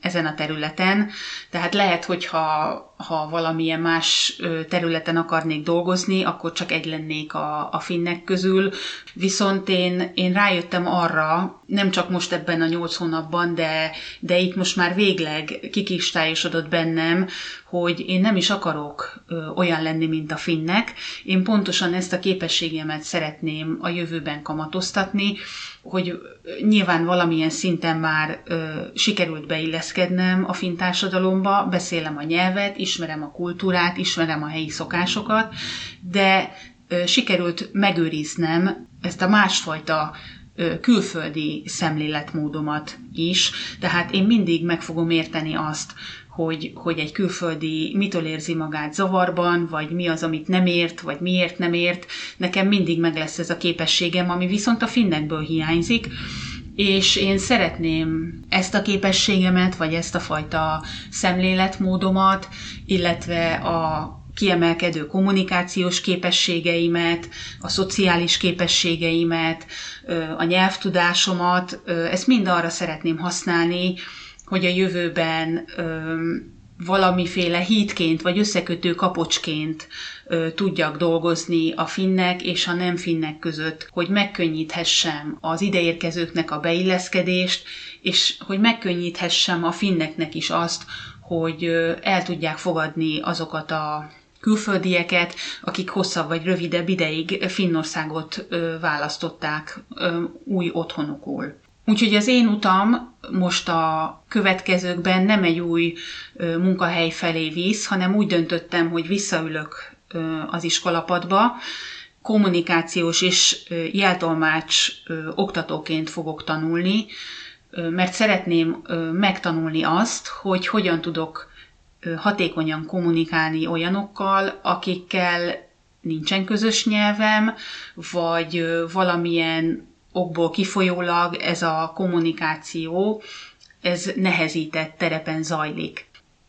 ezen a területen. Tehát lehet, hogyha ha valamilyen más területen akarnék dolgozni, akkor csak egy lennék a, a finnek közül. Viszont én, én rájöttem arra, nem csak most ebben a nyolc hónapban, de, de itt most már végleg kikristályosodott bennem, hogy én nem is akarok ö, olyan lenni, mint a finnek. Én pontosan ezt a képességemet szeretném a jövőben kamatoztatni, hogy nyilván valamilyen szinten már ö, sikerült beilleszkednem a finn társadalomba, beszélem a nyelvet, ismerem a kultúrát, ismerem a helyi szokásokat, de ö, sikerült megőriznem ezt a másfajta ö, külföldi szemléletmódomat is. Tehát én mindig meg fogom érteni azt, hogy, hogy egy külföldi mitől érzi magát zavarban, vagy mi az, amit nem ért, vagy miért nem ért. Nekem mindig meg lesz ez a képességem, ami viszont a finnekből hiányzik, és én szeretném ezt a képességemet, vagy ezt a fajta szemléletmódomat, illetve a kiemelkedő kommunikációs képességeimet, a szociális képességeimet, a nyelvtudásomat, ezt mind arra szeretném használni, hogy a jövőben ö, valamiféle hídként vagy összekötő kapocsként ö, tudjak dolgozni a finnek és a nem finnek között, hogy megkönnyíthessem az ideérkezőknek a beilleszkedést, és hogy megkönnyíthessem a finneknek is azt, hogy ö, el tudják fogadni azokat a külföldieket, akik hosszabb vagy rövidebb ideig Finnországot ö, választották ö, új otthonukul. Úgyhogy az én utam most a következőkben nem egy új ö, munkahely felé visz, hanem úgy döntöttem, hogy visszaülök ö, az iskolapadba, kommunikációs és ö, jeltolmács ö, oktatóként fogok tanulni, ö, mert szeretném ö, megtanulni azt, hogy hogyan tudok ö, hatékonyan kommunikálni olyanokkal, akikkel nincsen közös nyelvem, vagy ö, valamilyen okból kifolyólag ez a kommunikáció, ez nehezített terepen zajlik.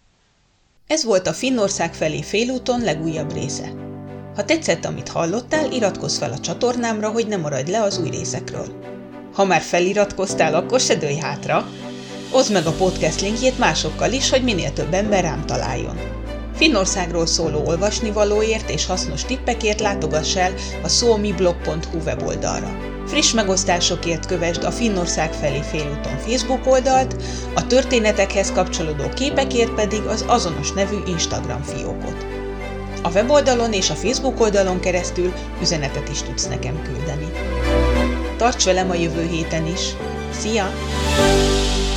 Ez volt a Finnország felé félúton legújabb része. Ha tetszett, amit hallottál, iratkozz fel a csatornámra, hogy ne maradj le az új részekről. Ha már feliratkoztál, akkor se dőlj hátra! Oszd meg a podcast linkjét másokkal is, hogy minél több ember rám találjon. Finnországról szóló olvasnivalóért és hasznos tippekért látogass el a suomiblog pont hu weboldalra. Friss megosztásokért kövesd a Finnország felé félúton Facebook oldalt, a történetekhez kapcsolódó képekért pedig az azonos nevű Instagram fiókot. A weboldalon és a Facebook oldalon keresztül üzenetet is tudsz nekem küldeni. Tarts velem a jövő héten is! Szia!